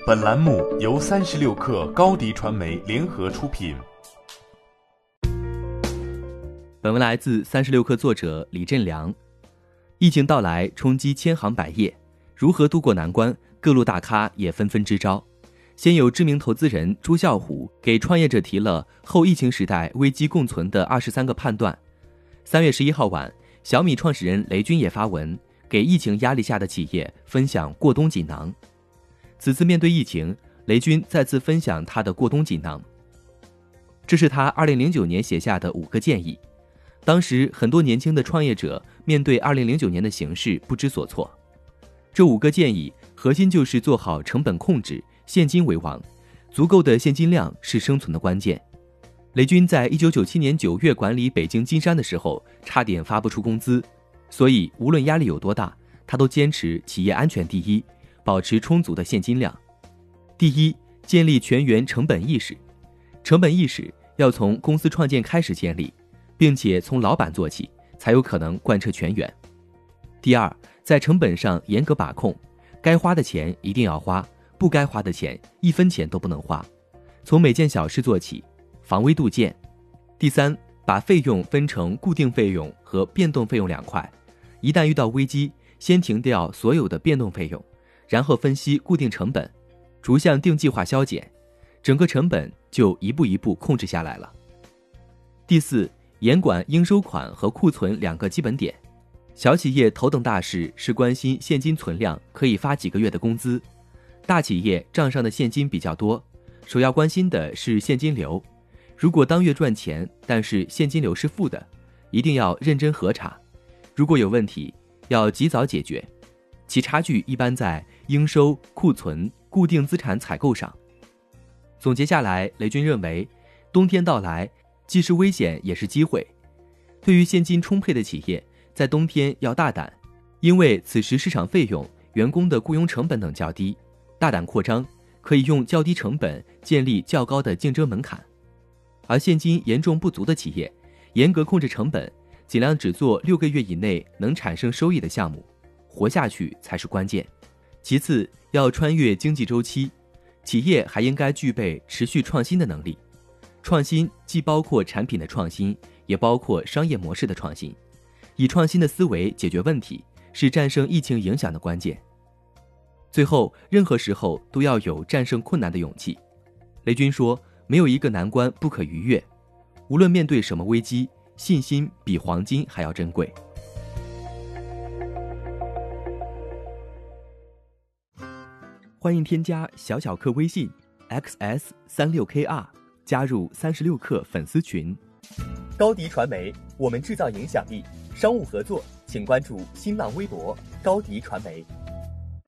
本栏目由36氪高迪传媒联合出品。 本文来自36氪作者李振良。疫情到来，冲击千行百业，如何渡过难关，各路大咖也纷纷支招。先有知名投资人朱啸虎给创业者提了后疫情时代危机共存的23个判断。3月11号晚，小米创始人雷军也发文，给疫情压力下的企业分享过冬锦囊。此次面对疫情，雷军再次分享他的过冬锦囊。这是他2009年写下的5个建议。当时很多年轻的创业者面对2009年的形势不知所措。这5个建议核心就是做好成本控制，现金为王，足够的现金量是生存的关键。雷军在1997年9月管理北京金山的时候，差点发不出工资，所以无论压力有多大，他都坚持企业安全第一，保持充足的现金量。第一，建立全员成本意识。成本意识要从公司创建开始建立，并且从老板做起，才有可能贯彻全员。第二，在成本上严格把控，该花的钱一定要花，不该花的钱1分钱都不能花，从每件小事做起，防微杜渐。第三，把费用分成固定费用和变动费用2块，一旦遇到危机，先停掉所有的变动费用，然后分析固定成本，逐项定计划削减，整个成本就一步一步控制下来了。第四，严管应收款和库存2个基本点。小企业头等大事是关心现金存量可以发几个月的工资，大企业账上的现金比较多，首要关心的是现金流。如果当月赚钱，但是现金流是负的，一定要认真核查，如果有问题，要及早解决。其差距一般在应收、库存、固定资产采购上。总结下来，雷军认为，冬天到来，既是危险也是机会。对于现金充沛的企业，在冬天要大胆，因为此时市场费用、员工的雇佣成本等较低，大胆扩张，可以用较低成本建立较高的竞争门槛。而现金严重不足的企业，严格控制成本，尽量只做6个月以内能产生收益的项目，活下去才是关键。其次，要穿越经济周期，企业还应该具备持续创新的能力。创新既包括产品的创新，也包括商业模式的创新。以创新的思维解决问题，是战胜疫情影响的关键。最后，任何时候都要有战胜困难的勇气。雷军说，没有一个难关不可逾越，无论面对什么危机，信心比黄金还要珍贵。欢迎添加小小客微信 xs36kr， 加入36氪粉丝群。 高迪传媒，我们制造影响力。商务合作请关注新浪微博高迪传媒。